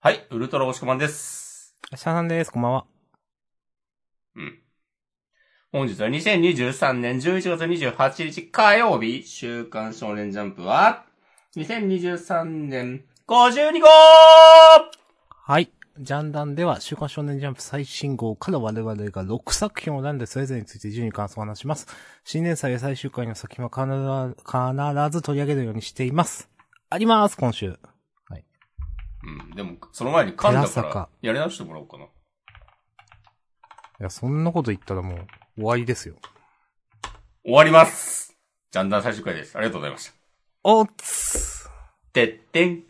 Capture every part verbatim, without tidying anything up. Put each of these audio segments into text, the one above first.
はい、ウルトラおしこまんです。 シャさんです。こんばんは。 うん。本日はにせんにじゅうさんねんじゅういちがつにじゅうはちにち火曜日、週刊少年ジャンプは、にせんにじゅうさんねんごじゅうにごうはい。ジャンダンでは、週刊少年ジャンプ最新号から我々がろくさく品を選んで、それぞれについて順に感想を話します。新連載や最終回の作品は必ず、必ず取り上げるようにしています。あります、今週。はい。 うん、でも、その前に噛んだから、やり直してもらおうかな。いや、そんなこと言ったらもう、終わりですよ。 終わります。ジャンダン最終回です。ありがとうございました。 おっつてってん。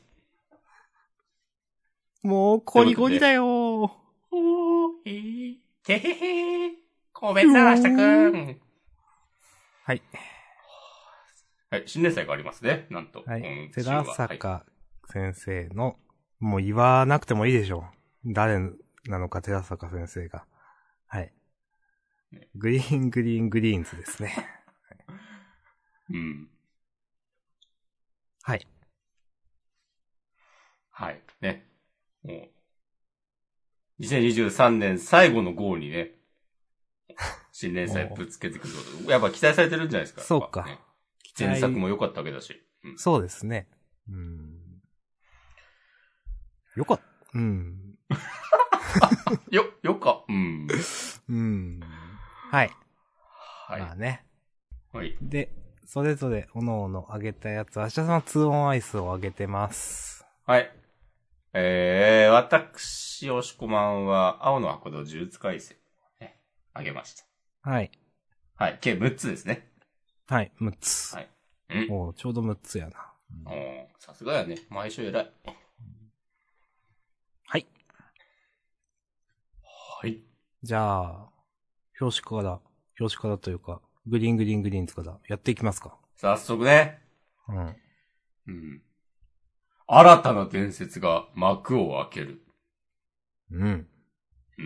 もう、コリゴリだよー。おーいてへへごめんな、明日くん。 はい。 はい、新連載がありますね。なんと。 はい。 うん、 寺坂先生の、もう言わなくてもいいでしょう。誰なのか、寺坂先生が。はい。ね、グリーングリーングリーンズですね。はい、 うん。 はい。 はい。ね。もう。にせんにじゅうさんねん最後の号にね、新連載ぶつけてくること。やっぱ期待されてるんじゃないですか。 そうか。 ね、前作も良かったわけだし。 うん、そうですね。うん。よかった。うん。 よ、よか。うん。 うん。はい。 はい。 まあね。 はい。 で、それぞれ、おのおのあげたやつ、明日さんはツーオンアイスをあげてます。 はい。えー、私、おしこまんは、青の箱の呪術廻戦をね、あげました。 はい。 はい。計むっつですね。 はい、むっつ。 はい。うん。 おちょうどむっつやな。 うん、おさすがやね。毎週偉い。 はい。 はい。 じゃあ、表紙から、表紙からというか、グリーングリーングリーンズからやっていきますか。 早速ね。 うん。 うん。新たな伝説が幕を開ける。 うん。 うん。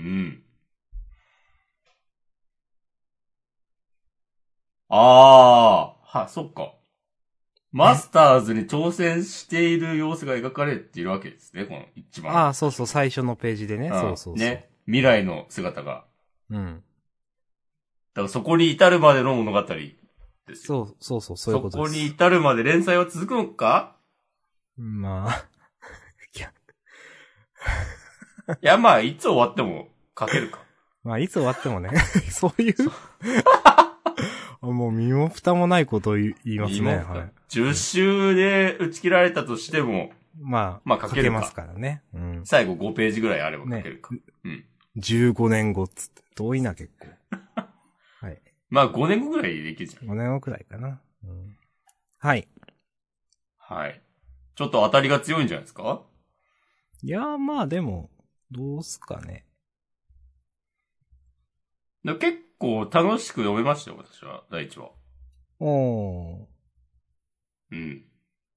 ああ、は、そっか。マスターズに挑戦している様子が描かれているわけですね、この一番。 ああ、そうそう、最初のページでね。 うん、 そうそうそう。 ね。未来の姿が。 うん。 だからそこに至るまでの物語ですよ。 そう、そうそう、そういうことです。 そこに至るまで連載は続くのか？ まあ。いや。 いや、まあ、いつ終わっても書けるか。 まあ、いつ終わってもね。そういうもう身も蓋もないことを言いますね。はい。 じゅっ週で打ち切られたとしても、 まあ、 まあ書けるか。 書けますからね。うん。 最後ごページぐらいあれば書けるか。ね、うん。 じゅうごねんごっつって。遠いな、結構。はい。 まあ、ごねんごぐらいできるじゃん。 ごねんごくらいかな。うん。はい。 はい。ちょっと当たりが強いんじゃないですか？ いやー、まあでも、どうすかね。 結構楽しく読めましたよ、私は、第一話。 おー。 うん。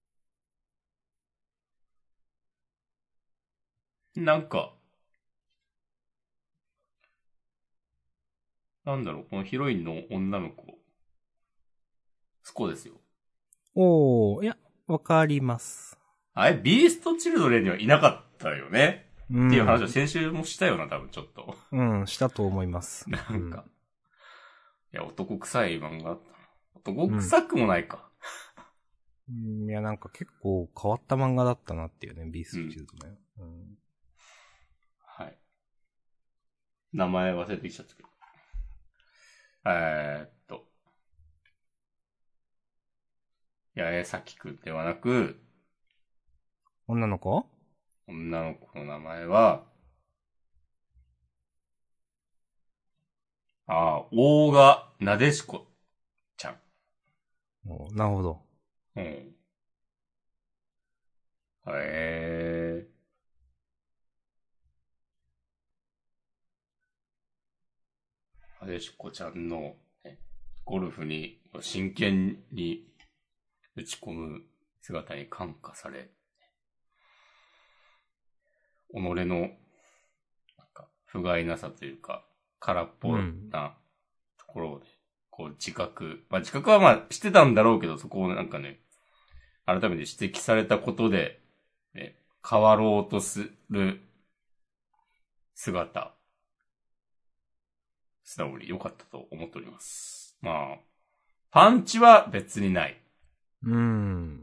なんか、なんだろう、このヒロインの女の子。スコですよ。 おー、いや、わかります。 あれ、ビーストチルドレンにはいなかったよね。 うん、 っていう話を先週もしたよな、多分ちょっと。 うん、したと思います。 なんか。うん、いや、男臭い漫画だったな。男臭くもないか。 うん、いや、なんか結構変わった漫画だったなっていうね、ビーストチルドレン。うん。うん、 はい。名前忘れてきちゃったけど。えー、っと。八重咲くんではなく、 女の子？ 女の子の名前は、ああ、大賀なでしこちゃん。 おなるほど。 うん。へえ。なでしこちゃんの、ね、ゴルフに真剣に打ち込む姿に感化され、己の、なんか、不甲斐なさというか、空っぽなところで、こう自覚、まあ自覚はまあしてたんだろうけど、そこをなんかね、改めて指摘されたことで、ね、変わろうとす、 る姿、素直に良かったと思っております。まあ、パンチは別にない。 うん。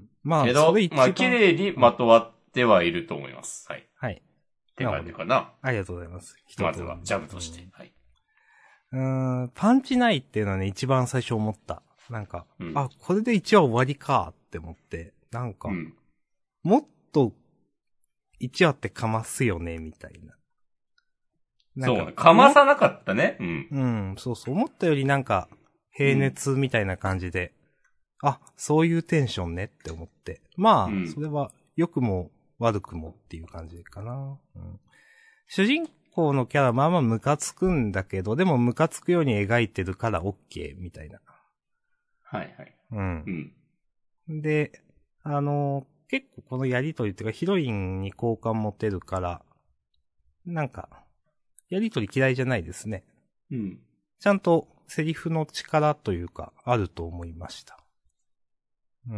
まあ、 けどそれ一、番まあ、綺麗にまとわってはいると思います。はい。 はい。 って感じかな。 ありがとうございます。 まずは、ジャブとして。 うん、 はい。 うーん、パンチないっていうのはね、一番最初思った。なんか、 うん、 あ、これでいちわ終わりかって思って、なんか、 うん、 もっといちわってかますよね、みたいな。なんかそうね。かまさなかったね。うん。 うん、そうそう。思ったよりなんか、平熱みたいな感じで、うん、あ、そういうテンションねって思って。まあ、 うん、 それは良くも悪くもっていう感じかな。うん、主人公のキャラまあまあムカつくんだけど、でもムカつくように描いてるから OK みたいな。 はいはい。 うん。 うん。 で、あの、結構このやりとりっていうかヒロインに好感持てるから、なんか、やりとり嫌いじゃないですね。 うん。 ちゃんとセリフの力というか、あると思いました。うん。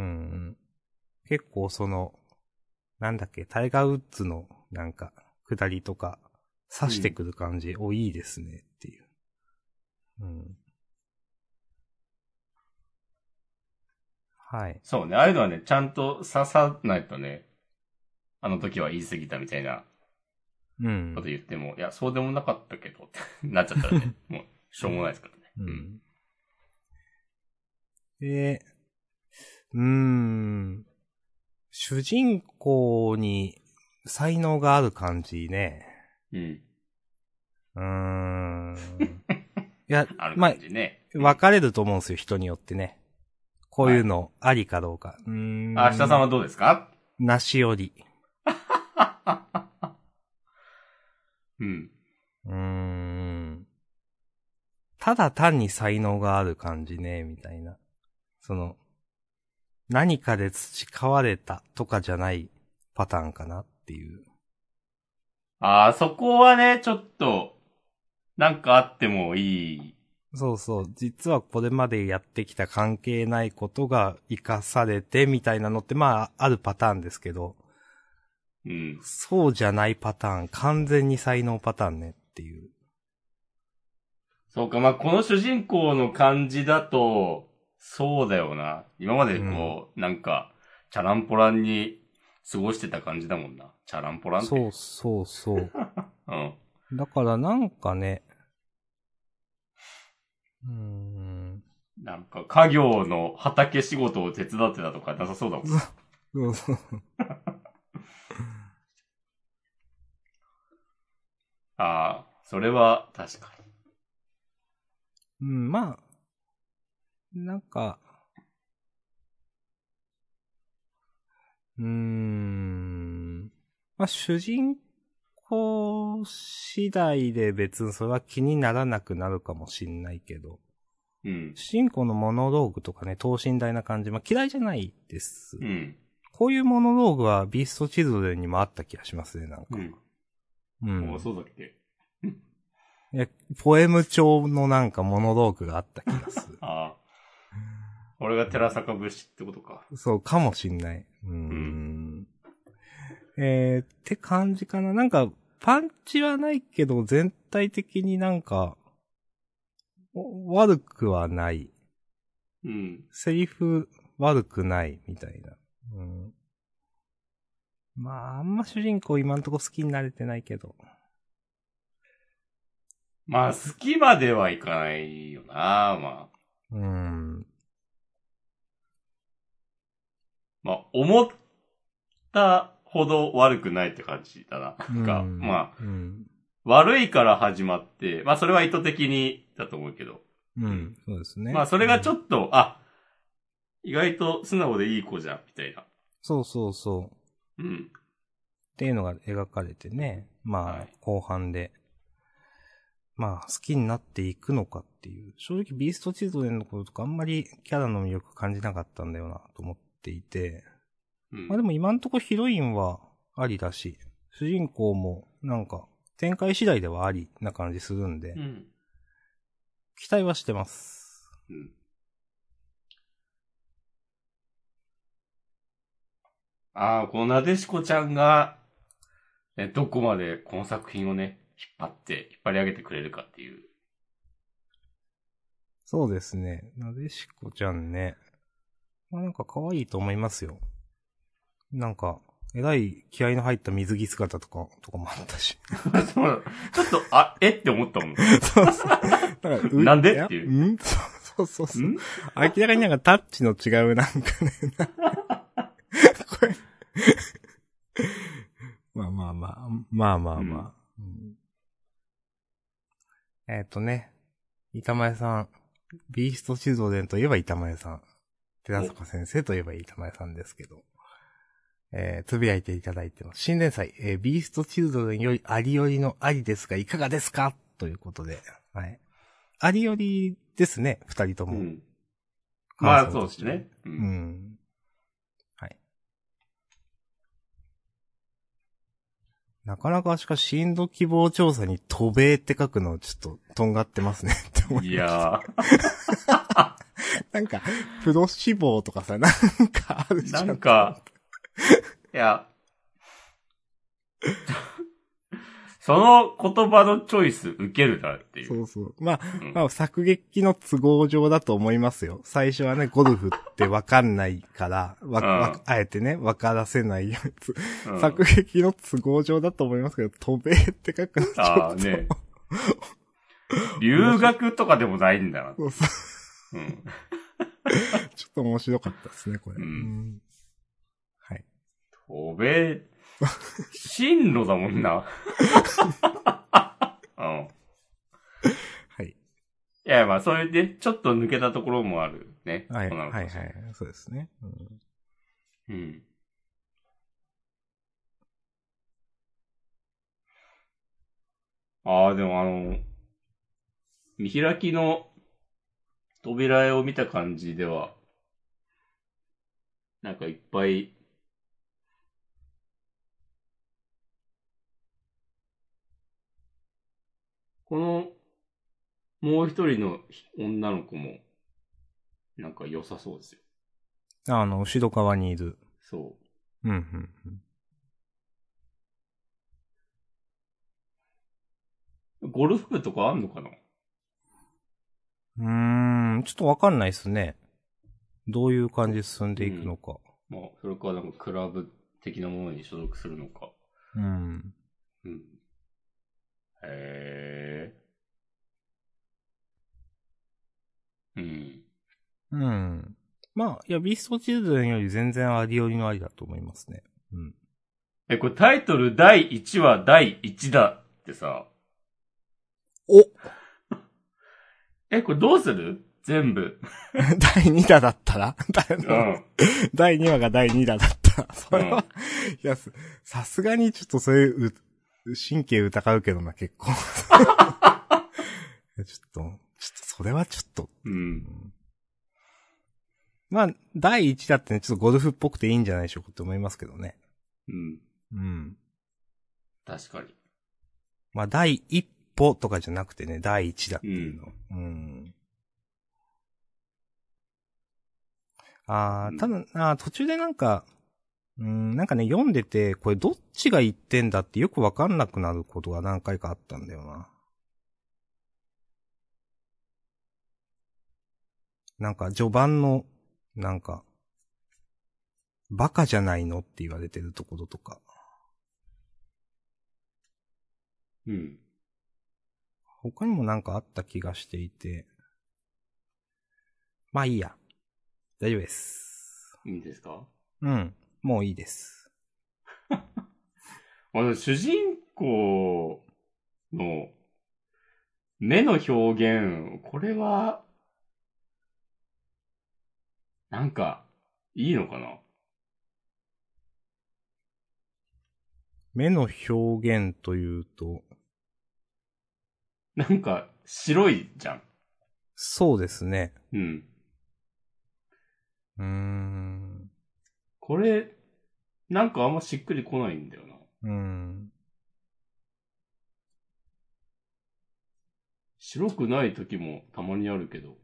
結構その、なんだっけ、タイガーウッズのなんか、下りとか、刺してくる感じ、うん、お、いいですねっていう。うん。はい。 そうね。ああいうのはね、ちゃんと刺さないとね、あの時は言い過ぎたみたいなうん。 こと言っても、いや、そうでもなかったけど、ってなっちゃったらね、もう、しょうもないですからね。 うん。で、うーん。主人公に才能がある感じね。 うん。 うーん。いや、 あるまあ、 感じね。 分かれると思うんですよ、人によってね。こういうはのありかどうか。うーん。 あ、下さんはどうですか？ なしより。 うん。 うーん。ただ単に才能がある感じね、みたいな。その、何かで培われたとかじゃないパターンかなっていう。 ああ、そこはね、ちょっと、なんかあってもいい。 そうそう。実はこれまでやってきた関係ないことが活かされてみたいなのってまああるパターンですけど、 うん。 そうじゃないパターン、完全に才能パターンねっていう。 そうか、まあ、この主人公の感じだと、そうだよな。今までこう、うん、なんか、チャランポランに過ごしてた感じだもんな。チャランポランって。 そうそうそう。 うん。 だからなんかね、うーん。 なんか、家業の畑仕事を手伝ってたとかなさそうだもん。 そうそう。 ああ、それは確かうん、まあ、なんか、うーん。まあ、主人公次第で別にそれは気にならなくなるかもしんないけど。 に。うん。 主人公のモノローグとかね、等身大な感じ、まあ嫌いじゃないです。 うん。 こういうモノローグはビーストチルドレンにもあった気がしますね、なんか。 うん。 うん。 お、そうだっけ。 え、ポエム調のなんかモノローグがあった気がする。 ああ。俺が寺坂節ってことか。 そうかもしんない。うーん。うん、えー、って感じかな。なんか、パンチはないけど、全体的になんか、悪くはない。 うん。 セリフ悪くないみたいな。うん。まあ、あんま主人公今んとこ好きになれてないけど。 まあ、好きまではいかないよな、まあ。 うん。 まあ、思ったほど悪くないって感じだな。なんか、 うん、 まあ、 うん、 悪いから始まって、まあ、それは意図的にだと思うけど。 うん、うん、そうですね。 まあ、それがちょっと、うん、あ、意外と素直でいい子じゃん、みたいな。 そうそうそう。 うん。 っていうのが描かれてね。まあ、はい、後半で。まあ、好きになっていくのかっていう。正直、ビーストチルドレンのこととかあんまりキャラの魅力感じなかったんだよな、と思っていて。うん、まあでも今んとこヒロインはありだし、主人公もなんか展開次第ではありな感じするんで、うん、期待はしてます。うん、 ああ、このなでしこちゃんがね、どこまでこの作品をね、引っ張って、引っ張り上げてくれるかっていう。 そうですね。なでしこちゃんね。まあなんか可愛いと思いますよ。なんか、えらい気合の入った水着姿とか、とかもあったし。 そうちょっと、あ、えって思ったもん。 そうそう。なんかうなんでっていう。 んそうそうそうそう。明らかになんかタッチの違うなんかね。これまあまあまあ、まあまあまあ。うん、えっ、ー、とね、板前さん、ビーストチルドレンといえば板前さん。寺坂先生といえば板前さんですけど。えー、つぶやいていただいてます。新連載、えー、ビーストチルドレンよりありよりのありですが、いかがですかということで。はい。ありよりですね、二人とも。うん、 まあ、そうですね。 うん。うん。はい。なかなかしかし、進度希望調査に渡米って書くのちょっと、とんがってますねって思います。いやー。なんか、プロ志望とかさ、なんかあるじゃん。 なんか、いや、その言葉のチョイス受けるなっていう。 そうそう。まあ、うん、まあ、作劇の都合上だと思いますよ。最初はね、ゴルフってわかんないから、わ、わ、あえてね、わからせないやつ。うん、作劇の都合上だと思いますけど、渡米って書くのちょっと。ああね。 留学とかでもないんだな。そうそう。うん、 ちょっと面白かったですね、これ。うん、はい。 渡米、進路だもんな。うん。はい。いや、まあ、それで、ちょっと抜けたところもあるね。 はい。はい、はい。そうですね。うん。うん、 ああ、でもあの、見開きの扉絵を見た感じでは、なんかいっぱい、この、もう一人の女の子も、なんか良さそうですよ。 あの、後ろ側にいる。 そう。うん、うん、 うん。ゴルフ部とかあんのかな？ うーん、ちょっとわかんないっすね。どういう感じで進んでいくのか。 うん、まあ、それかなんかクラブ的なものに所属するのか。 うん。 うん。へー。うん。 うん。まあ、いや、ビーストチルドレンより全然ありよりのありだと思いますね。うん。 え、これタイトルだいいちわだいいちだってさ。 おえ、これどうする？全部。 だいにだだったらうん。 だいにわがだいにだだったら。それは、うん、いや、さすがにちょっとそういう、神経疑うけどな、結構。ちょっと、ちょっと、それはちょっと。 うん。うん、 まあ、だいいちだってね、ちょっとゴルフっぽくていいんじゃないでしょうかって思いますけどね。 うん。 うん。 確かに。 まあ、だいいっぽとかじゃなくてね、だいいちだっていうの。うん。うん、ああ、ただ、あ途中でなんか、うん、なんかね、読んでて、これどっちが言ってんだってよくわかんなくなることが何回かあったんだよな。なんか序盤の、なんか、バカじゃないのって言われてるところとか。 うん。 他にもなんかあった気がしていて。まあいいや。大丈夫です。 いいんですか？ うん。もういいです。 主人公の目の表現、これは、なんか、いいのかな？ 目の表現というと。 なんか、白いじゃん。 そうですね。 うん。 うーん。 これ、なんかあんましっくりこないんだよな。 うーん。 白くない時もたまにあるけど。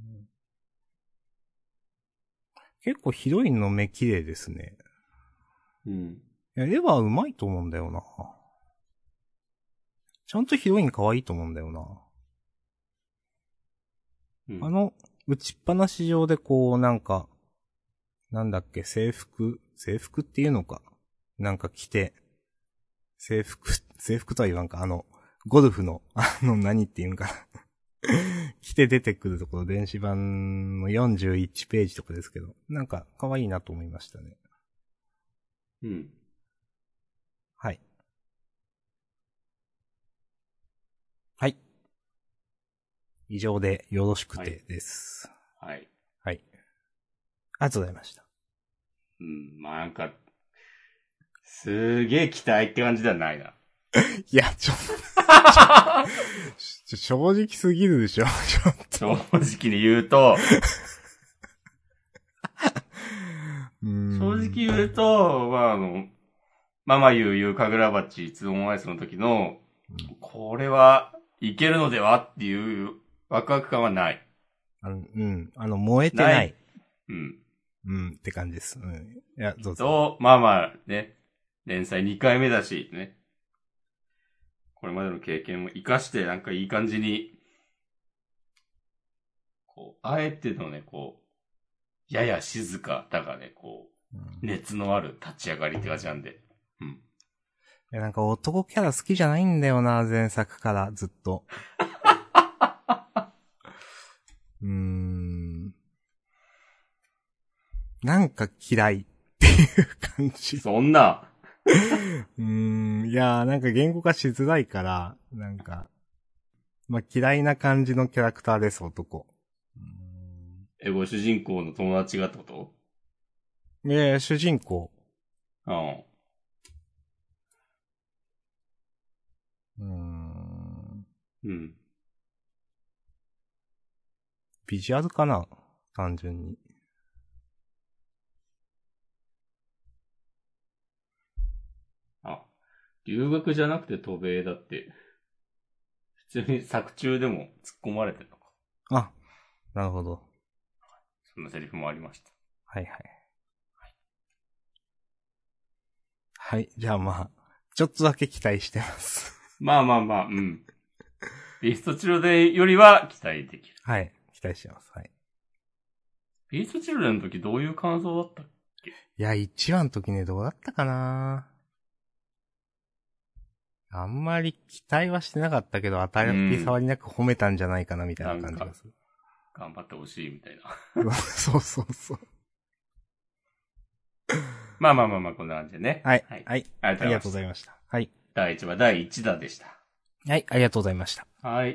結構ヒロインの目綺麗ですね。 うん。 いや、絵は上手いと思うんだよな。 ちゃんとヒロイン可愛いと思うんだよな。うん、あの、打ちっぱなし上でこう、なんか、なんだっけ、制服、制服っていうのか。なんか着て、制服、制服とは言わんか、あの、ゴルフの、あの、何って言うんかな。着て出てくるところ、電子版のよんじゅういちページとかですけど、なんか可愛いなと思いましたね。 うん。 はい。はい。以上でよろしくてです。 はい。 はい。ありがとうございました。 うん、まあなんか、すげえ期待って感じではないな。 いや、ちょ、ちょ正直すぎるでしょ、 ちょっと。正直に言うと、 うーん正直言うと、まああの、ママユーユーかぐら鉢ツオンアイスの時の、うん、これはいけるのではっていうワクワク感はない。 あの、うん。あの、燃えてない。ないうん。 うん、って感じです。うん。いや、どうぞ。 と、まあまあね、連載にかいめだし、ね。これまでの経験を活かして、なんかいい感じに、こう、あえてのね、こう、やや静かだがね、こう、熱のある立ち上がりって感じなんで。うん。いや、なんか男キャラ好きじゃないんだよな、前作からずっと。うーん。なんか嫌いっていう感じ。 そんな。 うーん。いやー、なんか言語化しづらいから、なんか、まあ、嫌いな感じのキャラクターです、男。 うーんえ、ご主人公の友達がってこと？ いやいや、主人公。 うん。 うーん。 うん。 ビジュアルかな単純に。 あ、留学じゃなくて渡米だって、普通に作中でも突っ込まれてるのか。 あ、なるほど。 そんなセリフもありました。 はいはい。はい、はい、じゃあまあ、ちょっとだけ期待してます。 まあまあまあ、うん。ビーストチルデンよりは期待できる。 はい、期待してます。はい。 ビーストチルデンの時どういう感想だったっけ？いや、いちわの時ね、どうだったかなあんまり期待はしてなかったけど、当たり障りなく褒めたんじゃないかなみたいな感じがする。 頑張ってほしいみたいな。そうそうそう。 まあまあまあまあ、こんな感じでね。 はい。はい。はい、 ありがとうございました。 はい。 だいいちわだいいちだでした。 はい、ありがとうございました。 はい。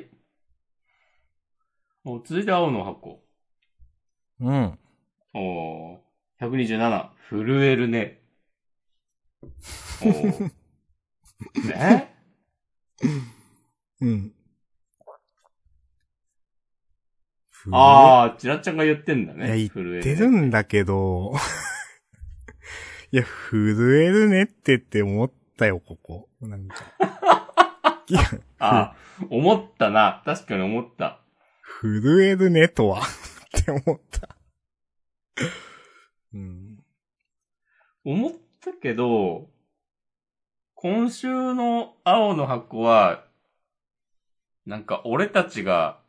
お、続いて青の箱。 うん。 おー、ひゃくにじゅうなな。震えるね。おー。えうん。 あー、ちらちゃんが言ってんだね。 いや、言ってるんだけど、いや、震えるねってって思ったよ、ここ。なんか。いや、 あ、思ったな。確かに思った。 震えるねとはって思った。うん。 思ったけど、今週の青の箱は、なんか俺たちが、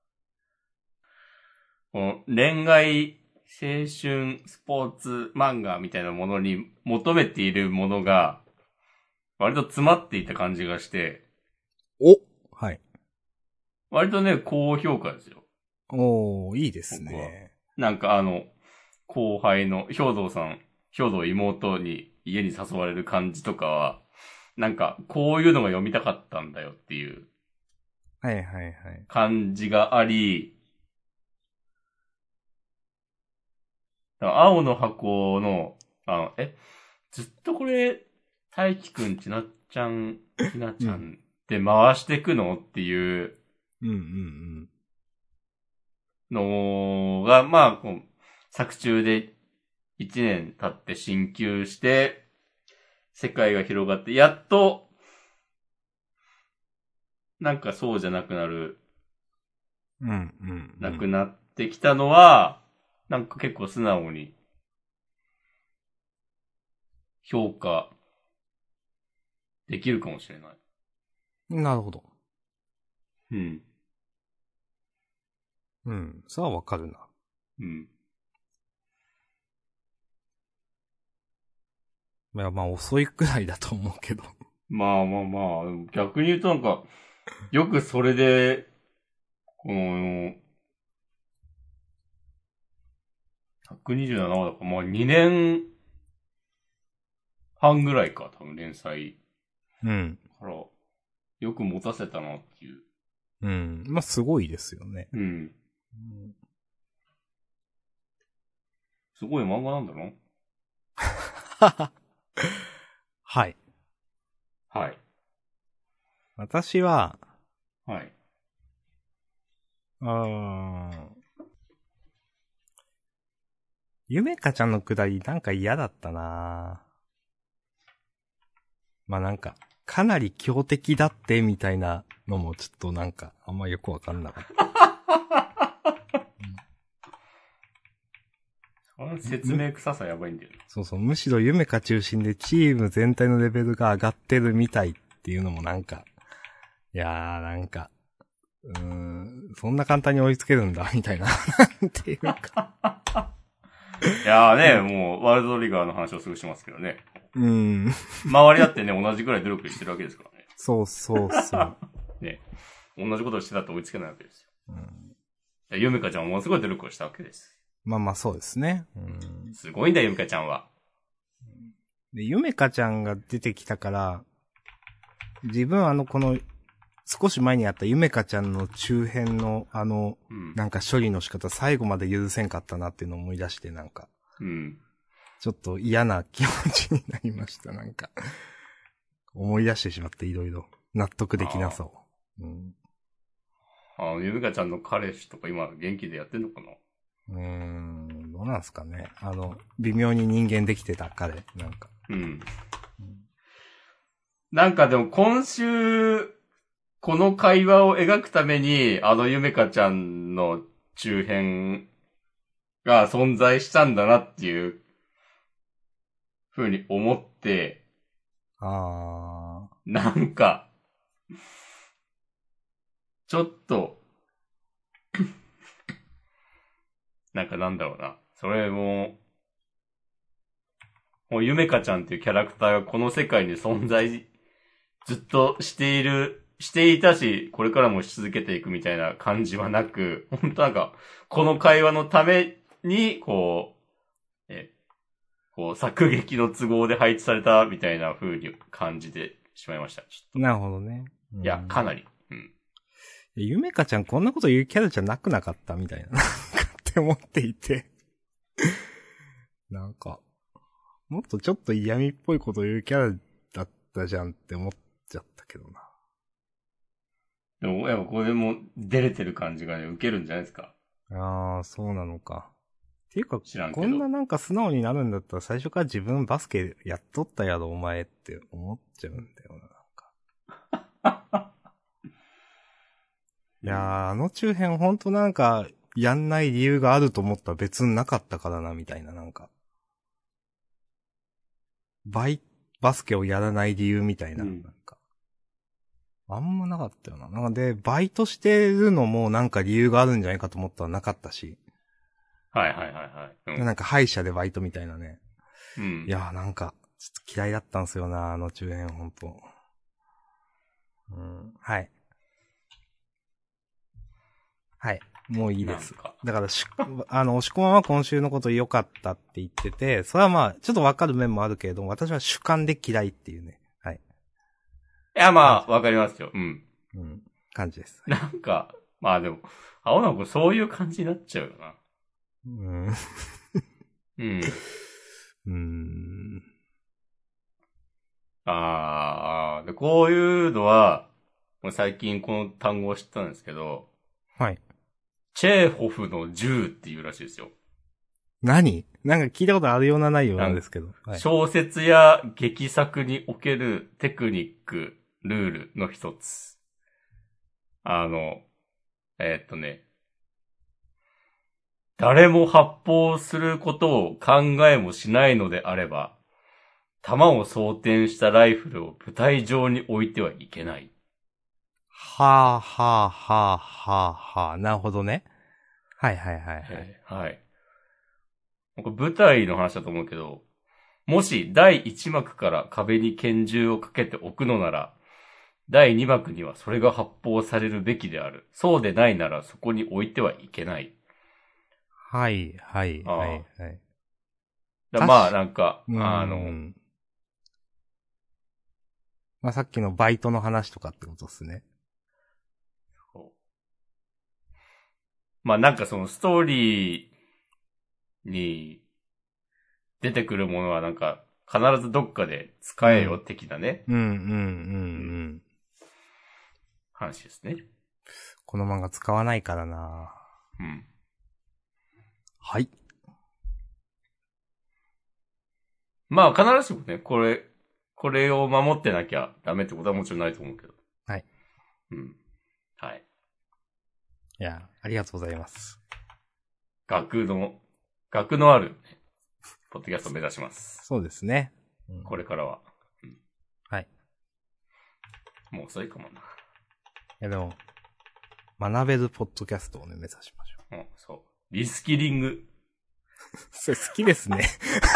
この恋愛、青春、スポーツ漫画みたいなものに求めているものが、割と詰まっていた感じがして。 おはい。 割とね、高評価ですよ。 おー、いいですね。 なんかあの、後輩の兵道さん、兵道妹に家に誘われる感じとかは、なんか、こういうのが読みたかったんだよっていう。 はいはいはい。 感じがあり、青の箱の、あの、え、ずっとこれ、大輝くん、ちなっちゃん、ひなちゃんって回してくのっていう、 うんうんうん。のが、まあ、作中でいちねん経って進級して、世界が広がって、やっと、なんかそうじゃなくなる。 うんうん、 なくなってきたのは、なんか結構素直に、評価できるかもしれない。 なるほど。 うん。 うん。それはわかるな。 うん。 いや、まあ遅いくらいだと思うけど。 まあまあまあ、逆に言うとなんか、よくそれで、この、ひゃくにじゅうななわだから、まあにねんはんぐらいか、多分連載うん。 から、よく持たせたなっていう。 うん。まあすごいですよね。 うん。 うん、 すごい漫画なんだろはい。 はい。 私は、 はい。 うーん。ゆめかちゃんのくだりなんか嫌だったなまあなんか、かなり強敵だってみたいなのもちょっとなんか、あんまよくわかんなかった。 その説明臭さやばいんだよね。 そうそう、むしろゆめか中心でチーム全体のレベルが上がってるみたいっていうのもなんか、いやーなんか、うーん、そんな簡単に追いつけるんだ、みたいな、なんていうか。 いやーね、もう、ワールドトリガーの話をすぐしますけどね。 うーん。 周りだってね、同じくらい努力してるわけですからね。 そうそうそう。 ね。同じことをしてたって追いつけないわけですよ。 うん、 ゆめかちゃんはものすごい努力をしたわけです。 まあまあそうですね。うん、 すごいんだよ、ゆめかちゃんは。 で、ゆめかちゃんが出てきたから、自分あの、この、少し前にあったゆめかちゃんの中編の、あの、 うん、 なんか処理の仕方、最後まで許せんかったなっていうのを思い出して、なんか。 うん。 ちょっと嫌な気持ちになりました、なんか。思い出してしまって、いろいろ。納得できなそう。うん。 あの、ゆめかちゃんの彼氏とか今元気でやってんのかな？ うーん、どうなんすかね。あの、微妙に人間できてた彼、なんか。 うん。うん、なんかでも今週、この会話を描くために、あのゆめかちゃんの中編が存在したんだなっていう風に思って、 あー。 なんか、ちょっと、なんかなんだろうな。それも、もうゆめかちゃんっていうキャラクターがこの世界に存在ずっとしている、していたし、これからもし続けていくみたいな感じはなく、本当なんか、この会話のために、こう、え、こう、作劇の都合で配置されたみたいな風に感じてしまいました。ちょっと。 なるほどね。うん、 いや、かなり。うん。 ゆめかちゃんこんなこと言うキャラじゃなくなかったみたいな。なんかって思っていて。なんか、もっとちょっと嫌味っぽいこと言うキャラだったじゃんって思っちゃったけどな。 でも、やっぱこれも出れてる感じがね、受けるんじゃないですか。 ああ、そうなのか。っていうか、 知らんけど。 こんななんか素直になるんだったら最初から自分バスケやっとったやろお前って思っちゃうんだよな、なんか。いやー、あの中編ほんとなんか、やんない理由があると思ったら別になかったからな、みたいな、なんか。バイ、バスケをやらない理由みたいな、うん、なんか。あんまなかったよな。なので、バイトしてるのもなんか理由があるんじゃないかと思ったらなかったし。 はいはいはいはい。 うん、なんか歯医者でバイトみたいなね。 うん。 いやーなんか、ちょっと嫌いだったんすよな、あの中編ほんと。うん、はい。はい。もういいです。かだからし、あの、押し込まは今週のこと良かったって言ってて、それはまあ、ちょっとわかる面もあるけれども、私は主観で嫌いっていうね。はい。 いや、まあ、わかりますよ。うん。 うん。感じです。 なんか、まあでも、青の子そういう感じになっちゃうよな。 うん。 うん。 うーん。 ああ、で、こういうのは、最近この単語を知ったんですけど、 はい。 チェーホフの銃っていうらしいですよ。 何？なんか聞いたことあるようなないようなんですけど。 はい、小説や劇作におけるテクニック、ルールの一つ。あの、えー、っとね、誰も発砲することを考えもしないのであれば、弾を装填したライフルを舞台上に置いてはいけない。 はあ、はあ、はあ、はあ、はあ。なるほどね。はいはいはいはい。 えーはい。これ舞台の話だと思うけど、もしだいいち幕から壁に拳銃をかけておくのなら、だいに幕にはそれが発砲されるべきである。そうでないならそこに置いてはいけない。 はい、はい、 ああ。 はい、はい。 だまあなんか、 うーあの、 ん。まあ、さっきのバイトの話とかってことですね。 まあなんかそのストーリーに出てくるものはなんか必ずどっかで使えよ的なね、 うん、うん、うん、ううんん。 話ですね。 この漫画使わないからな。 うん。 はい。 まあ必ずしもね、これ、これを守ってなきゃダメってことはもちろんないと思うけど。 はい。 うん。はい。 いや、ありがとうございます。 学の、学のある、ね、ポッドキャストを目指します。 そうですね。 うん、これからは、うん。 はい。 もう遅いかもな。いやでも、学べるポッドキャストをね、目指しましょう。 うん、そう。リスキリング。 それ好きですね。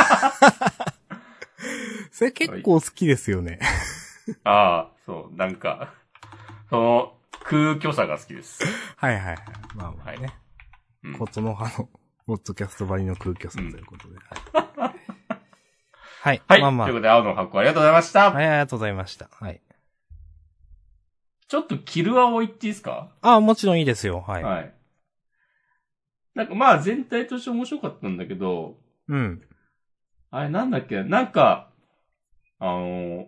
それ結構好きですよね。 ああ、そう、なんか、その、空虚さが好きです。 はいはいはい。まあまあね。 はいうん、 ことの葉の、ポッドキャストばりの空虚さということで。うん、はい。はい。 はい。 まあまあ。 ということで、青の箱ありがとうございました。 はい、ありがとうございました。はい。 ちょっとキルアを言っていいですか？ ああ、もちろんいいですよ。はい。 はい。なんかまあ全体として面白かったんだけど、 うん。 あれなんだっけなんか、あの、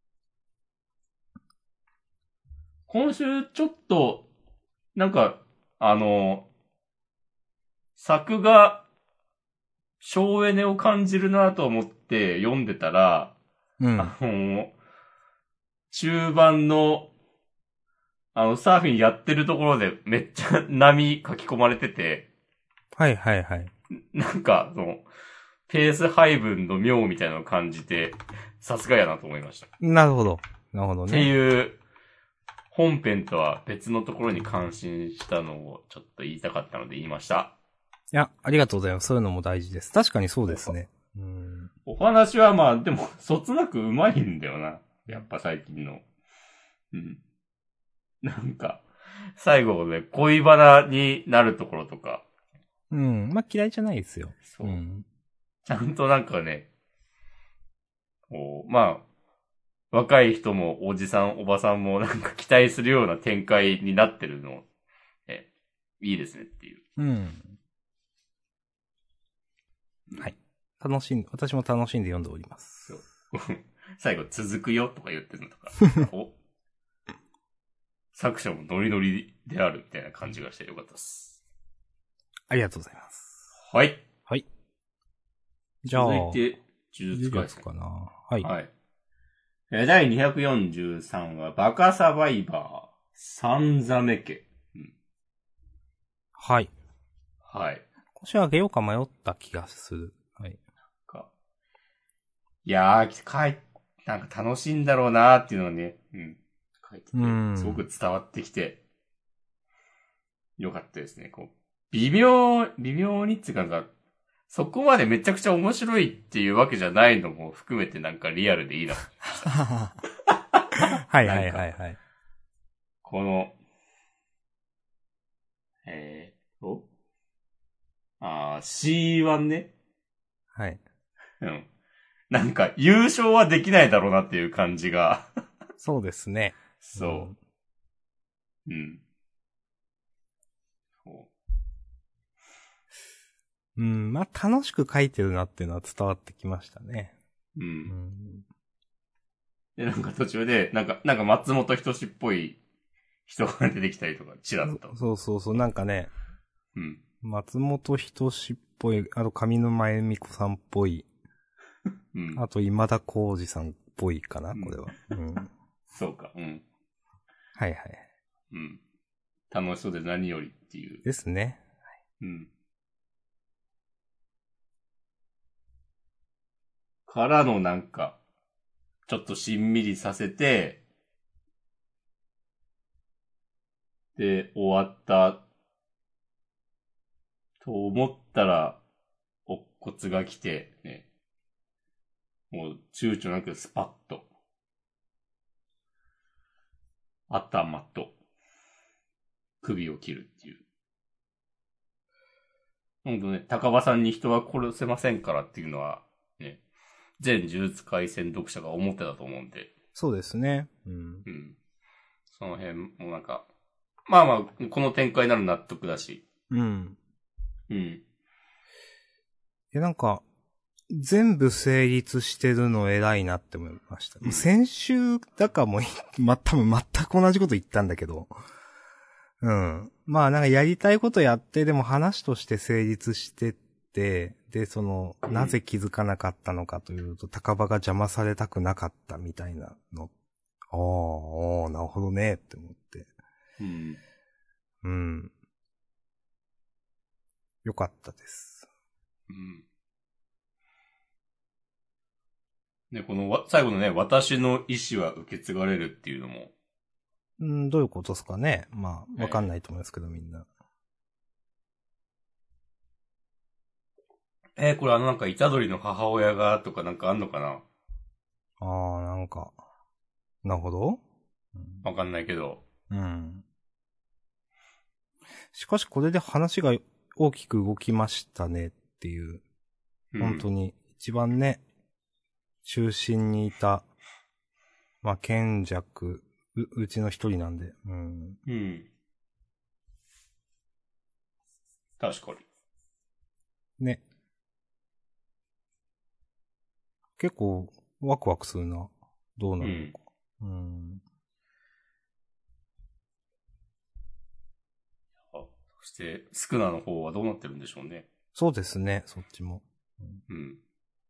今週ちょっと、なんか、あの、作が省エネを感じるなと思って読んでたら、 うん。 あの、中盤の、あの、サーフィンやってるところでめっちゃ波書き込まれてて、 はいはいはい。 なんか、その、ペース配分の妙みたいなのを感じて、さすがやなと思いました。 なるほど。なるほどね。 っていう、本編とは別のところに感心したのをちょっと言いたかったので言いました。 いや、ありがとうございます。そういうのも大事です。確かにそうですね。うん。 お話はまあ、でも、そつなく上手いんだよな。やっぱ最近の。うん。なんか、最後で恋バナになるところとか。 うん。まあ、嫌いじゃないですよ。 そう。 うん。 ちゃんとなんかね、こう、まあ、若い人もおじさん、おばさんもなんか期待するような展開になってるの、え、いいですねっていう。 うん。はい。楽しん、私も楽しんで読んでおります。 そう。最後続くよとか言ってるのとか。お作者もノリノリであるみたいな感じがしてよかったです。 ありがとうございます。 はい。 はい。じゃあ、 続いて、呪術廻戦かな。はい。 はい。だいにひゃくよんじゅうさんはバカサバイバー、サンザメ家。うん、 はい。 はい。 腰上げようか迷った気がする。はい。 かいやー、かい、なんか楽しいんだろうなーっていうのをね、うん。書いてて、すごく伝わってきて、よかったですね。こう、微妙、微妙にっていうかなんか、そこまでめちゃくちゃ面白いっていうわけじゃないのも含めてなんかリアルでいいな。 はいはいはいはい。 この、えーと、あー シーワン ね。 はい。 うん。なんか優勝はできないだろうなっていう感じが。 そうですね。 そう。うん。そううん、まあ、楽しく書いてるなっていうのは伝わってきましたね。 う。うん。 うん、 で、なんか途中で、なんか、なんか松本人志っぽい人が出てきたりとか、チラッと。 そうそうそう、なんかね、 うん。 松本人志っぽい、あと上沼恵美子さんっぽい、 うん。 あと今田耕司さんっぽいかな、 うん、 これは。うん。 そうか、うん。 はいはい。 うん。楽しそうで何よりっていう。 ですね。 うん。からのなんか、ちょっとしんみりさせて、 で終わったと思ったら、乙骨が来て、ね。もう躊躇なくスパッと。頭と首を切るっていう。ほんとね、高場さんに人は殺せませんからっていうのは、ね、全呪術廻戦読者が思ってたと思うんで。 そうですね。うん。 うん。その辺もなんか、まあまあ、この展開なら納得だし。 うん。 うん。 え、なんか、全部成立してるの偉いなって思いました。 うん、 先週だかも、ま、多分全く同じこと言ったんだけど。うん。まあなんかやりたいことやって、でも話として成立してって、で、その、なぜ気づかなかったのかというと、高場が邪魔されたくなかったみたいなの。ああ、ああ、なるほどね、って思って。 うん。 うん。よかったです。 うん。ね、このわ、最後のね、私の意思は受け継がれるっていうのも。 うん、どういうことですかね。まあ、わかんないと思いますけど、みんな。 えー、これあのなんか、イタドリの母親がとかなんかあんのかな？ ああ、なんか、なるほど。 わかんないけど。 うん。しかしこれで話が大きく動きましたねっていう。 うん、 本当に、一番ね、中心にいた、まあ、賢弱、う、うちの一人なんで。うん。 うん。確かに。 ね。結構、ワクワクするな。どうなるのか。うん。うんそして、スクナの方はどうなってるんでしょうね。 そうですね、そっちも。 うん。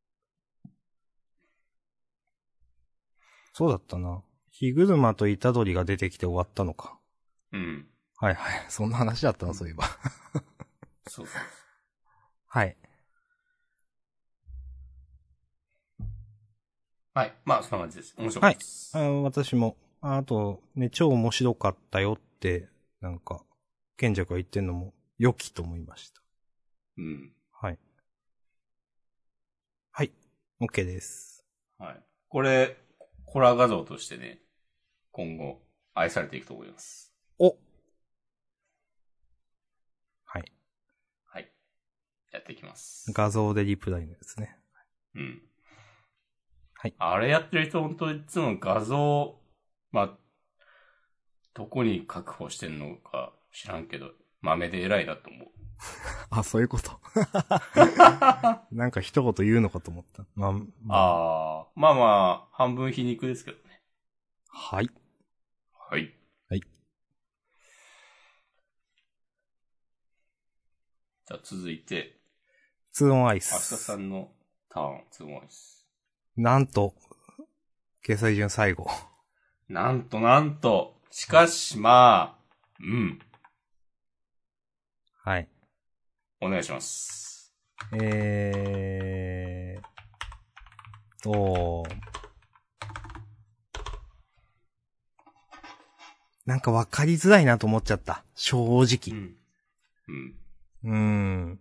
そうだったな。火車と虎杖が出てきて終わったのか。 うん。 はいはい。そんな話だったの、そういえば。 そうそう。 はい。 はい。まあ、そんな感じです。面白かったです。 はい。あ私も、あと、ね、超面白かったよって、なんか、賢者が言ってんのも、良きと思いました。 うん。 はい。はい。OK です。 はい。これ、コラ画像としてね、今後、愛されていくと思います。 おはい。 はい。やっていきます。 画像でリプライのやつね。 うん。 はい。 あれやってる人本当いつも画像、まあ、どこに確保してんのか知らんけど、豆で偉いなと思う。 あ、そういうこと。なんか一言言うのかと思った。まあ、まあ、あまあまあ、半分皮肉ですけどね。 はい。 はい。 はい。 じゃあ続いて、 ツーオンアイス。 明日さんのターン、ツーオンアイス。 なんと、掲載順最後。 なんとなんと、しかしまあ、うん。 はい。 お願いします。 えーと、なんかわかりづらいなと思っちゃった。正直。 うん。うん。 うーん。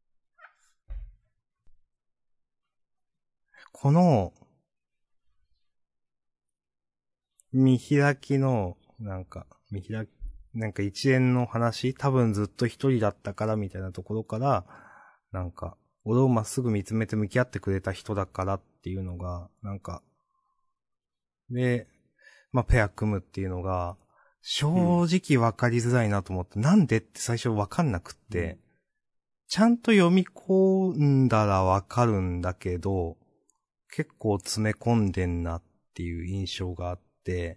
この、見開きの、なんか、見開き、なんか一連の話、多分ずっと一人だったからみたいなところから、なんか、俺をまっすぐ見つめて向き合ってくれた人だからっていうのが、なんか、で、まあ、ペア組むっていうのが、正直わかりづらいなと思って、うん、なんでって最初わかんなくって、うん、ちゃんと読み込んだらわかるんだけど、結構詰め込んでんなっていう印象があって、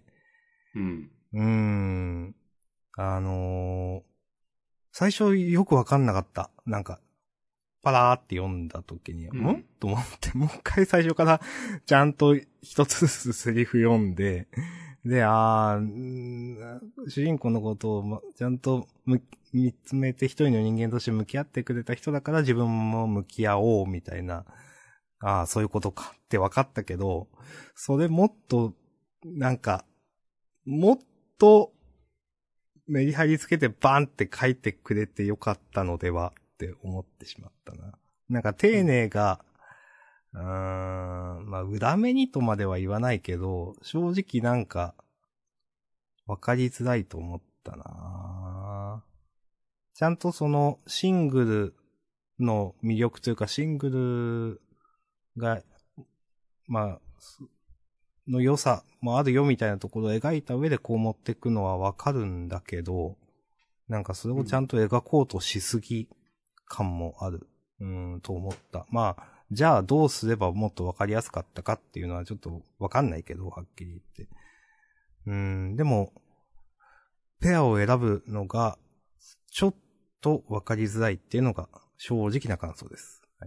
うん。 うーん。あのー、最初よくわかんなかった。なんか、パラーって読んだ時に、うん、んと思って、もう一回最初からちゃんと一つずつセリフ読んで、で、あー、主人公のことを、ま、ちゃんと見つめて一人の人間として向き合ってくれた人だから自分も向き合おうみたいな、ああ、そういうことかって分かったけど、それもっと、なんか、もっと、 メリハリつけてバンって書いてくれてよかったのではって思ってしまったな。なんか丁寧が、うーん、まあ裏目にとまでは言わないけど、正直なんか、わかりづらいと思ったな。ちゃんとそのシングルの魅力というかシングルが、まあ、の良さもあるよみたいなところを描いた上でこう持っていくのはわかるんだけど、なんかそれをちゃんと描こうとしすぎ感もある、うん、んと思った。まあ、じゃあどうすればもっとわかりやすかったかっていうのはちょっとわかんないけど、はっきり言って。うん、でも、ペアを選ぶのが、ちょっとわかりづらいっていうのが正直な感想です。はい。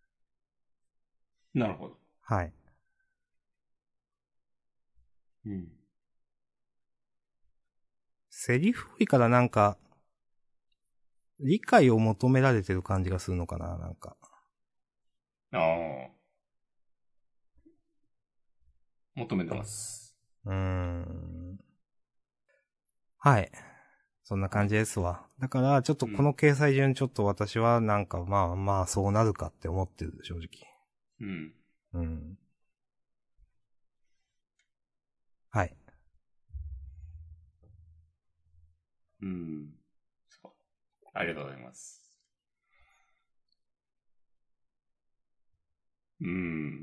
なるほど。 はい。 うん。 セリフ多いからなんか、理解を求められてる感じがするのかな、なんか。 ああ。求めてます。 うーん。はい。そんな感じですわ。だから、ちょっとこの掲載順ちょっと私はなんか、まあまあそうなるかって思ってる、正直。 うん。 うん。はい。 うん。そう。ありがとうございます。うん。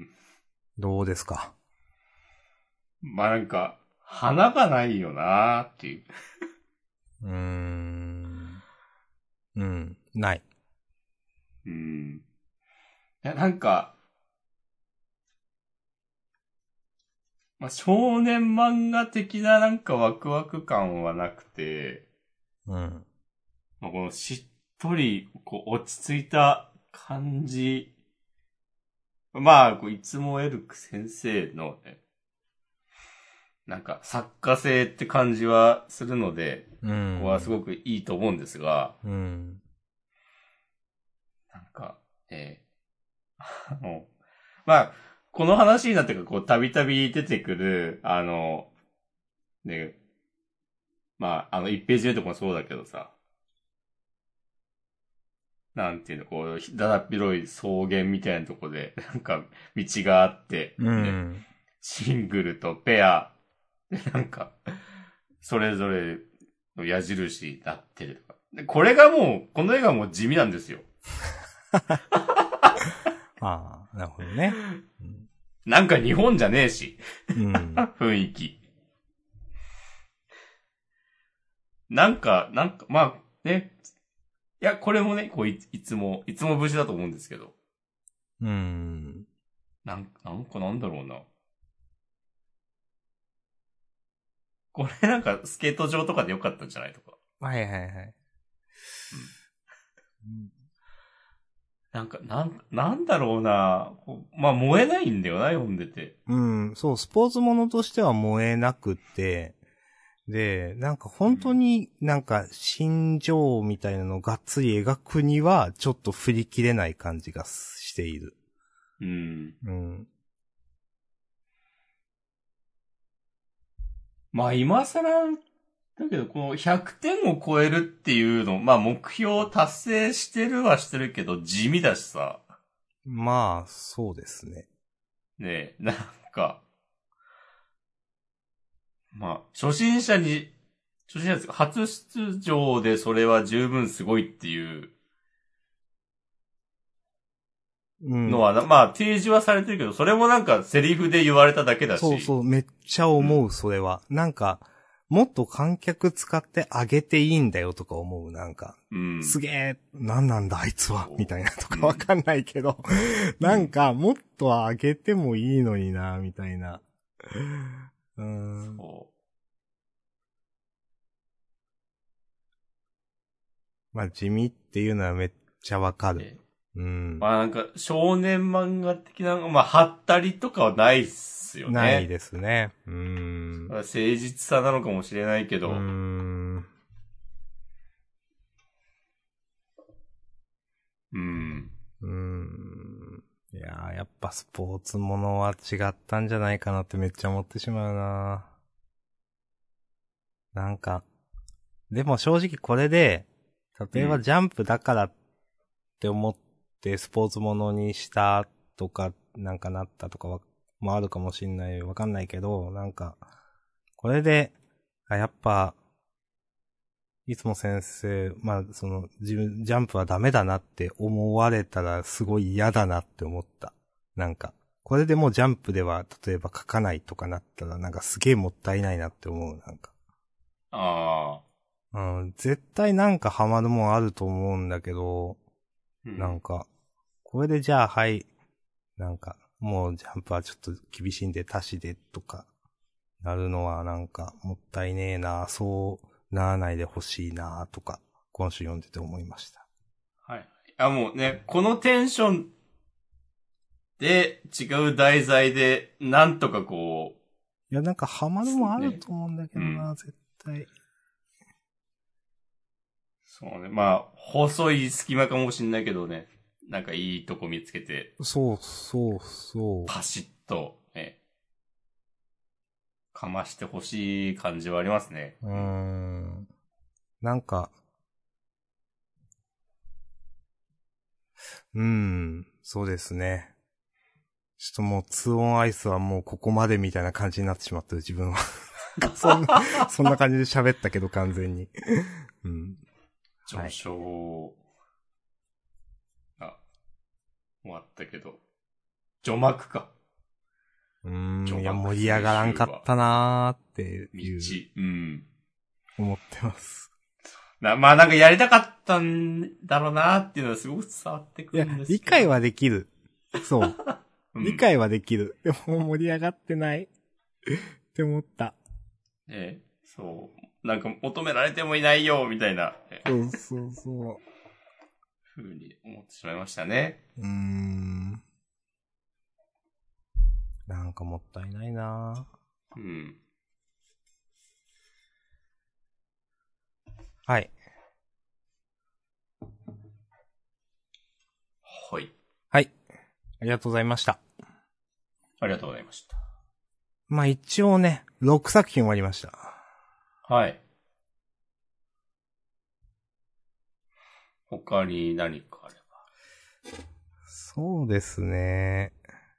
どうですか？ まあなんか、花がないよなーっていう。 うーん。うん。ない。 うん。いや、なんか、まあ、少年漫画的ななんかワクワク感はなくて、 うん。 まあ、このしっとり、こう、落ち着いた感じ。まあ、こういつもエルク先生のね、なんか作家性って感じはするので、 うん。 ここはすごくいいと思うんですが、 うん。 なんか、えー、あの、まあ、この話になってからこう、たびたび出てくる、あの、ね、まあ、あの、いちページ目とかもそうだけどさ、なんていうの、こう、だだっ広い草原みたいなとこで、なんか、道があって、 うね、 ん。 シングルとペア、で、なんか、それぞれの矢印になってるとか。で、これがもう、この絵がもう地味なんですよ。 ああ、なるほどね。 なんか日本じゃねえし。 うん。 雰囲気。なんか、なんか、まあ、ね。いや、これもね、こうい、いつも、いつも節だと思うんですけど。 うん。 なん、なんかなんだろうな。これなんかスケート場とかでよかったんじゃないとか。 はいはいはい。 うん。なんか、なん、なんだろうな。こうまあ、燃えないんだよな、読んでて。 うん、そう、スポーツものとしては燃えなくて、で、なんか本当になんか心情みたいなのをがっつり描くには、ちょっと振り切れない感じがしている。 うん。 うん。 まあ、今更、だけど、このひゃくてんを超えるっていうの、まあ、目標達成してるはしてるけど、地味だしさ。 まあ、そうですね。 ねえ、なんか、まあ、初心者に、初心者ですか、初出場でそれは十分すごいっていううん。 のはな、まあ、提示はされてるけど、それもなんかセリフで言われただけだし。 そうそう、めっちゃ思う、それは。なんか、もっと観客使ってあげていいんだよとか思う、なんか。 うん。 すげえ、なんなんだあいつは、みたいなとうんかわかんないけど、なんか、もっとあげてもいいのにな、みたいな。うーん。 そまあ、地味っていうのはめっちゃわかう。 る。 えうん。 まあなんか、少年漫画的な、まあ、はったりとかはないっすよないね。 ですね。うーん。 誠実さなのかもしれないけうーど。 ん。 うん。 うーん。いやー、やっぱスポーツものは違ったんじゃないかなってめっちゃ思ってしまうな。なんか、 でも正直これで、例えばジャンプだからって思ってスポーツものにしたとか、なんかなったとかは、もあるかもしんない、わかんないけど、なんか、これで、あ、やっぱ、いつも先生、まあ、その、自分、ジャンプはダメだなって思われたらすごい嫌だなって思った。なんか、これでもうジャンプでは、例えば書かないとかなったら、なんかすげえもったいないなって思う、なんか。 あうん、絶対なんかハマるもんあると思うんだけど、 あ。うん、 なんか、これでじゃあ、はい、なんか、もうジャンプはちょっと厳しいんで足しでとか、なるのはなんか、もったいねえな、そうならないでほしいな、とか、今週読んでて思いました。 はい。あ、もうね、このテンションで違う題材で、なんとかこう。 いや、なんかハマるもんあると思うんだけどな、 ねうん、 絶対。 そうね。まあ、細い隙間かもしんないけどね。なんかいいとこ見つけて。 そうそうそう。 パシッと、ね。かましてほしい感じはありますね。 うーん。なんか、うーん、そうですね。ちょっともうツーオンアイスはもうここまでみたいな感じになってしまってる自分は。そんな、そんな感じで喋ったけど完全に。うん。 上昇が終わったけど。序幕か。 うーん、いや盛り上がらんかったなーっていう。 道。うん。 思ってます。 な、まあなんかやりたかったんだろうなっていうのはすごく伝わってくいやるんですけど。 理解はできる。そう。 うん、 理解はできる。でも盛り上がってない。って思った。 ええ、そう。なんか求められてもいないよ、みたいな。 そうそうそう。 ふうに思ってしまいましたね。 うーん。なんかもったいないなうん。 はい。 はい。 はい。ありがとうございました。 ありがとうございました。 まあ一応ね、ろくさく品終わりました。 はい。他に何かあれば。 そうですね。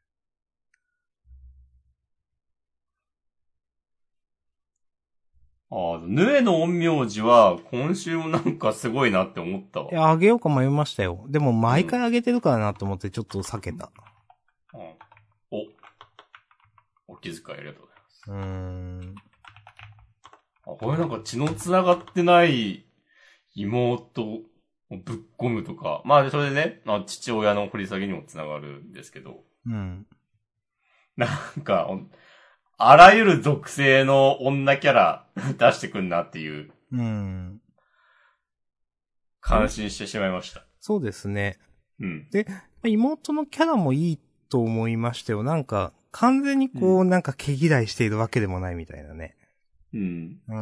ああ、ヌエの陰陽師は今週もなんかすごいなって思ったわ。 いや、あげようか迷いましたよ。でも毎回あげてるからなと思ってちょっと避けた。 うん。お。お気遣いありがとうございます。 うーん。 あ、これなんか血の繋がってない妹をぶっ込むとか。まあ、それでね、まあ、父親の掘り下げにも繋がるんですけど。 うん。 なんか、あらゆる属性の女キャラ出してくんなっていう。 うん。 感心してしまいました。 そうですね。 うん。 で、妹のキャラもいいと思いましたよ。なんか、完全にこう、うん、なんか毛嫌いしているわけでもないみたいなね。 うん。 うん。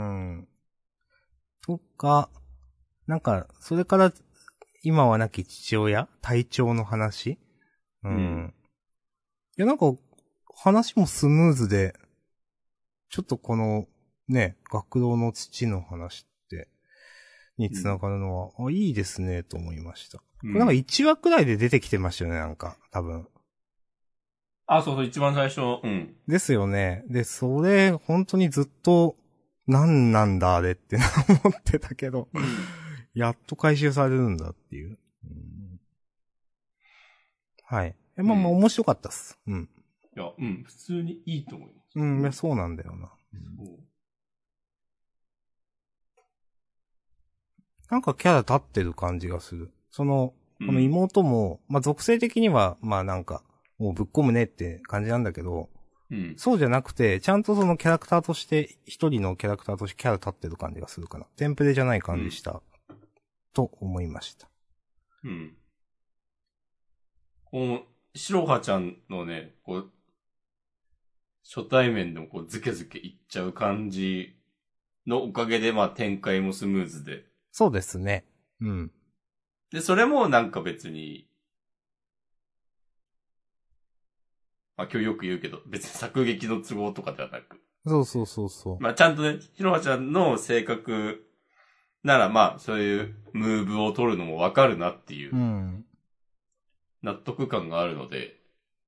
とか、なんか、それから、今は亡き父親体調の話うん。うん、いや、なんか、話もスムーズで、ちょっとこの、ね、学童の父の話って、につながるのは、うん、あ、いいですね、と思いました。これなんかいちわくらいで出てきてましたよね、なんか、多分。 あ、そうそう、一番最初、うん。 ですよね。で、それ、本当にずっと、なんなんだ、あれって思ってたけど、うん、やっと回収されるんだっていう。うん、はい。え、まあまあ面白かったっす。うん。 いや、うん、普通にいいと思います。 うん、いや、そうなんだよな。 そう。 なんかキャラ立ってる感じがする。その、この妹も、うん、まあ属性的には、まあなんか、もうぶっ込むねって感じなんだけど、 うん、 そうじゃなくて、ちゃんとそのキャラクターとして、一人のキャラクターとしてキャラ立ってる感じがするかな。テンプレじゃない感じした、うん、と思いました。 うん。この、シロハちゃんのね、こう、初対面でもこう、ズケズケいっちゃう感じのおかげで、まあ展開もスムーズで。 そうですね。うん。 で、それもなんか別に、まあ今日よく言うけど、別に作劇の都合とかではなく。 そうそうそうそう。 まあちゃんとね、ひろはちゃんの性格ならまあ、そういうムーブを取るのもわかるなっていう、納得感があるので、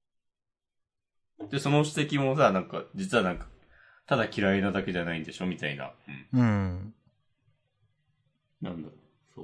で、その指摘もさ、なんか、実はなんか、ただ嫌いなだけじゃないんでしょみたいな。 うん。うん。 なんだろう、そう。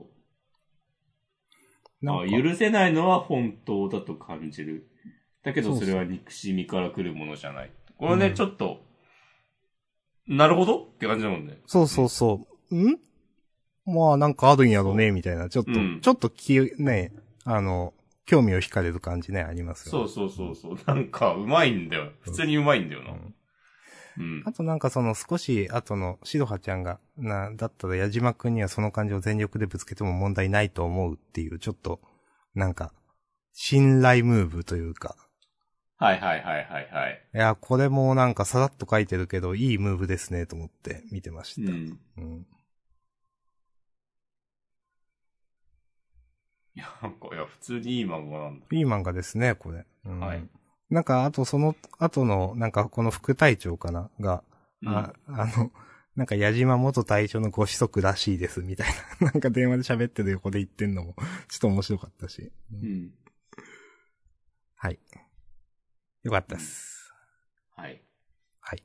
あ、許せないのは本当だと感じる。だけどそれは憎しみから来るものじゃない。これね、うん、ちょっと、なるほどって感じだもんね。 そうそうそう。んまあなんかあるんやろね、みたいな。ちょっと、うん、ちょっとき、ね、あの、興味を惹かれる感じね、ありますよね。そうそうそうそう。なんか、うまいんだよ。普通にうまいんだよな。うんうん、あとなんかその少し後のシロハちゃんが、な、だったら矢島くんにはその感情を全力でぶつけても問題ないと思うっていう、ちょっと、なんか、信頼ムーブというか。 はいはいはいはいはい。 いや、これもなんかさらっと書いてるけど、いいムーブですねと思って見てました。うん。うん、 いや、なんか、いや、普通にいい漫画なんだ。 いい漫画ですね、これ。 うん、はい。 なんか、あとその後の、なんかこの副隊長かなが、うん、あ、あの、なんか矢島元隊長のご子息らしいです、みたいな。なんか電話で喋ってる横で言ってんのも、ちょっと面白かったし。 うん。うん、 はい。よかったです、 うん。はい。 はい。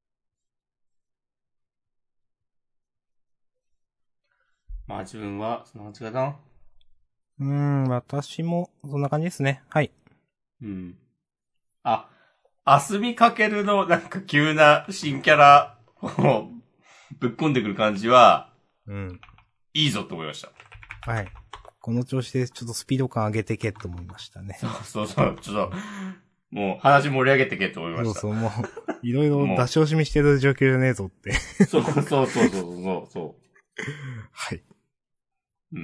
まあ自分は、そんな感じかな。 うーん、私も、そんな感じですね。はい。 うん。あ、あすみかけるのなんか急な新キャラをぶっ込んでくる感じは、 うん。 いいぞと思いました。 はい。この調子でちょっとスピード感上げてけと思いましたね。 そうそうそう、ちょっと、もう話盛り上げてけと思いました。 そうそう、もう、いろいろ出し惜しみしてる状況じゃねえぞって。 そうそうそうそうそうそう。 はい。 うん。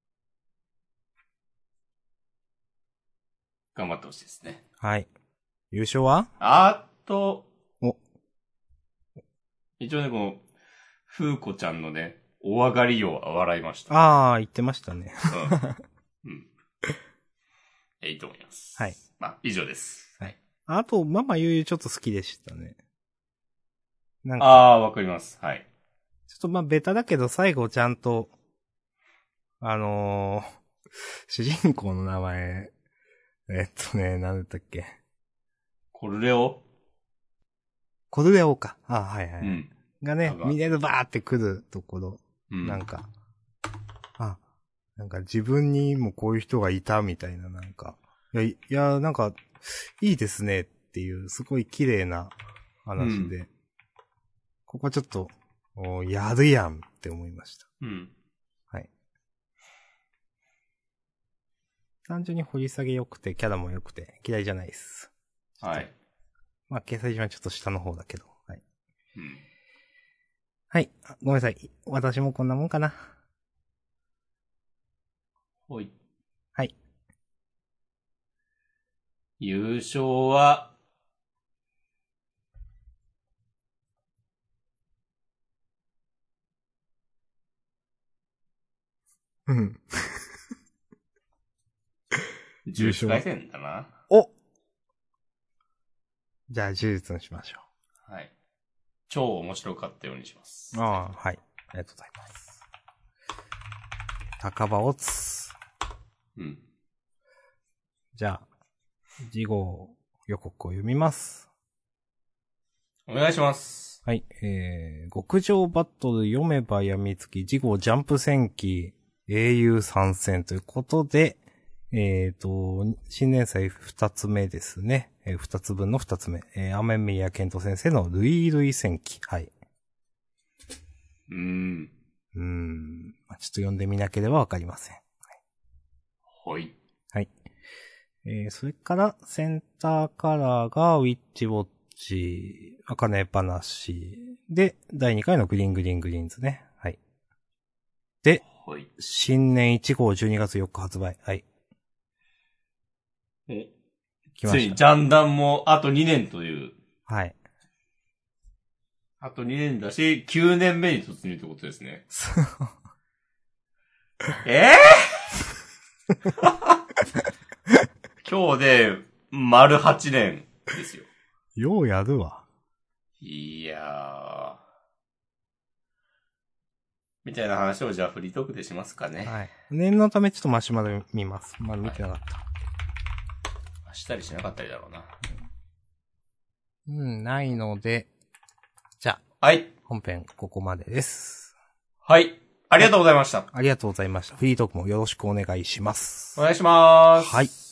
頑張ってほしいですね。 はい。優勝はあと、 お。 一応ね、この、ふうこちゃんのね、お上がりを笑いました。 ああ、言ってましたね。 うん。うん。いいと思います。 はい。 まあ、以上です。 はい。あと、ママゆうゆうちょっと好きでしたね。 なんか。ああ、わかります。はい。 ちょっとまあ、ベタだけど最後ちゃんと、あのー、主人公の名前、えっとね、なんだったっけ。 コルレオコルレオか。ああ、はいはい。 うん。 がね、ミネルバーって来るところ、 うん、 なんか、あ、なんか自分にもこういう人がいたみたいな、なんか、いや、いや、なんか、いいですねっていう、すごい綺麗な話で、うん、ここはちょっと、おやるやんって思いました。 うん。 はい。単純に掘り下げ良くて、キャラも良くて、嫌いじゃないです。 はい。 まあ、掲載順はちょっと下の方だけど、はい。 うん。 はい。ごめんなさい。私もこんなもんかな。 ほい。 はい。 優勝は、 うん。 呪術廻戦だな。 おじゃあ、呪術にしましょう。はい。超面白かったようにします。 ああ、はい。ありがとうございます。高場をつ。 うん。 じゃあ、次号予告を読みます。 お願いします。 はい。えー、極上バトル読めば病みつき、次号ジャンプ戦記英雄参戦ということで、えっ、ー、と、新年祭二つ目ですね。えー、二つ分の二つ目。えー、アメミヤケント先生のルイルイ戦記。はい。 うーん。 うーん。ちょっと読んでみなければわかりません。 はい。 はい。えー、それから、センターカラーがウィッチウォッチ、あかね話。で、だいにかいのグリーングリーングリーンズね。はい。で、 はい、 新年いち号じゅうにがつよっか発売。はい。 え来ました。ついにジャンダンもあとにねんという。 はい。 あとにねんだし、きゅうねんめに突入ってことですね。えぇ、ー、今日で、丸はちねんですよ。 ようやるわ。 いやみたいな話をじゃあフリートークでしますかね。 はい。念のためちょっとマシュマロ見ます。まだ見てなかった。 はい、したりしなかったりだろうな。 うん、ないので、じゃあ。 はい。 本編ここまでです。 はい。ありがとうございました。 ありがとうございました。フリートークもよろしくお願いします。 お願いします。 はい。